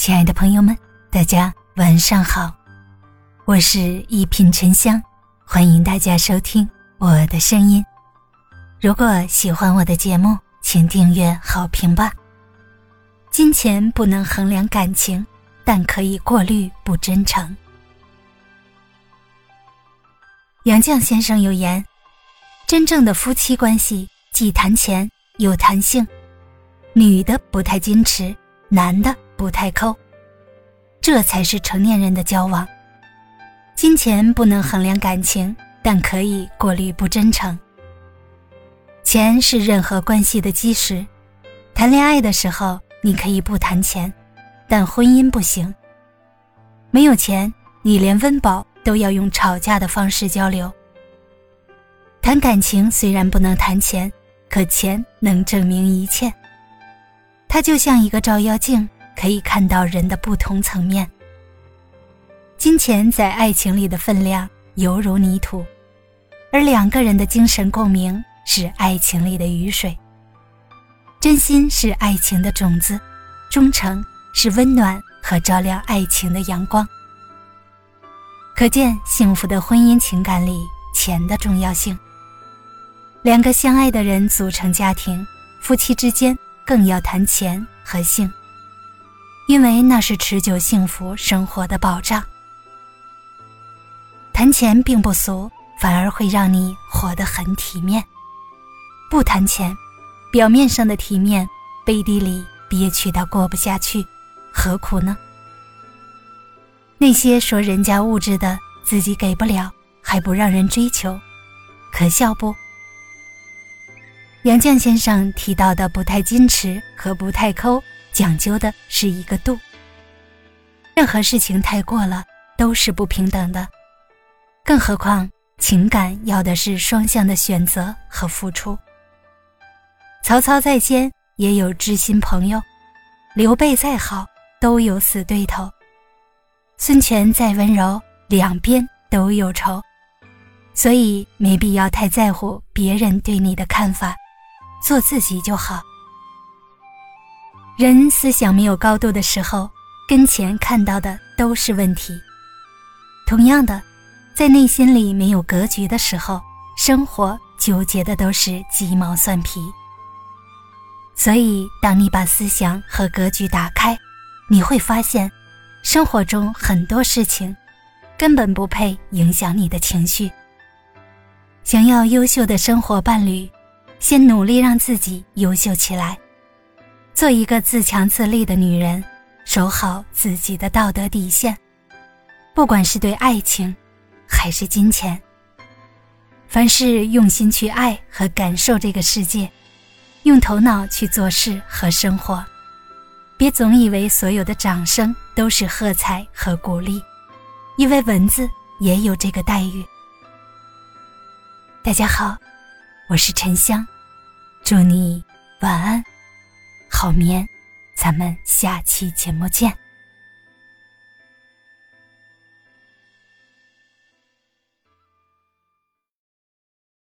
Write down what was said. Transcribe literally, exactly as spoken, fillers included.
亲爱的朋友们，大家晚上好，我是一品沉香，欢迎大家收听我的声音。如果喜欢我的节目，请订阅好评吧。金钱不能衡量感情，但可以过滤不真诚。杨绛先生有言，真正的夫妻关系既谈钱又谈性，女的不太矜持，男的不太抠，这才是成年人的交往。金钱不能衡量感情，但可以过滤不真诚。钱是任何关系的基石，谈恋爱的时候你可以不谈钱，但婚姻不行。没有钱，你连温饱都要用吵架的方式交流。谈感情虽然不能谈钱，可钱能证明一切。它就像一个照妖镜，可以看到人的不同层面。金钱在爱情里的分量犹如泥土，而两个人的精神共鸣是爱情里的雨水。真心是爱情的种子，忠诚是温暖和照亮爱情的阳光。可见幸福的婚姻情感里钱的重要性。两个相爱的人组成家庭，夫妻之间更要谈钱和性，因为那是持久幸福生活的保障。谈钱并不俗，反而会让你活得很体面。不谈钱，表面上的体面，背地里憋屈到过不下去，何苦呢？那些说人家物质的自己给不了，还不让人追求，可笑不？杨绛先生提到的不太矜持和不太抠，讲究的是一个度。任何事情太过了都是不平等的，更何况情感要的是双向的选择和付出。曹操再奸也有知心朋友，刘备再好都有死对头，孙权再温柔两边都有仇。所以没必要太在乎别人对你的看法，做自己就好。人思想没有高度的时候，跟前看到的都是问题。同样的，在内心里没有格局的时候，生活纠结的都是鸡毛蒜皮。所以当你把思想和格局打开，你会发现生活中很多事情根本不配影响你的情绪。想要优秀的生活伴侣，先努力让自己优秀起来，做一个自强自立的女人，守好自己的道德底线，不管是对爱情还是金钱。凡事用心去爱和感受这个世界，用头脑去做事和生活，别总以为所有的掌声都是喝彩和鼓励，因为蚊子也有这个待遇。大家好，我是沉香，祝你晚安好眠，咱们下期节目见。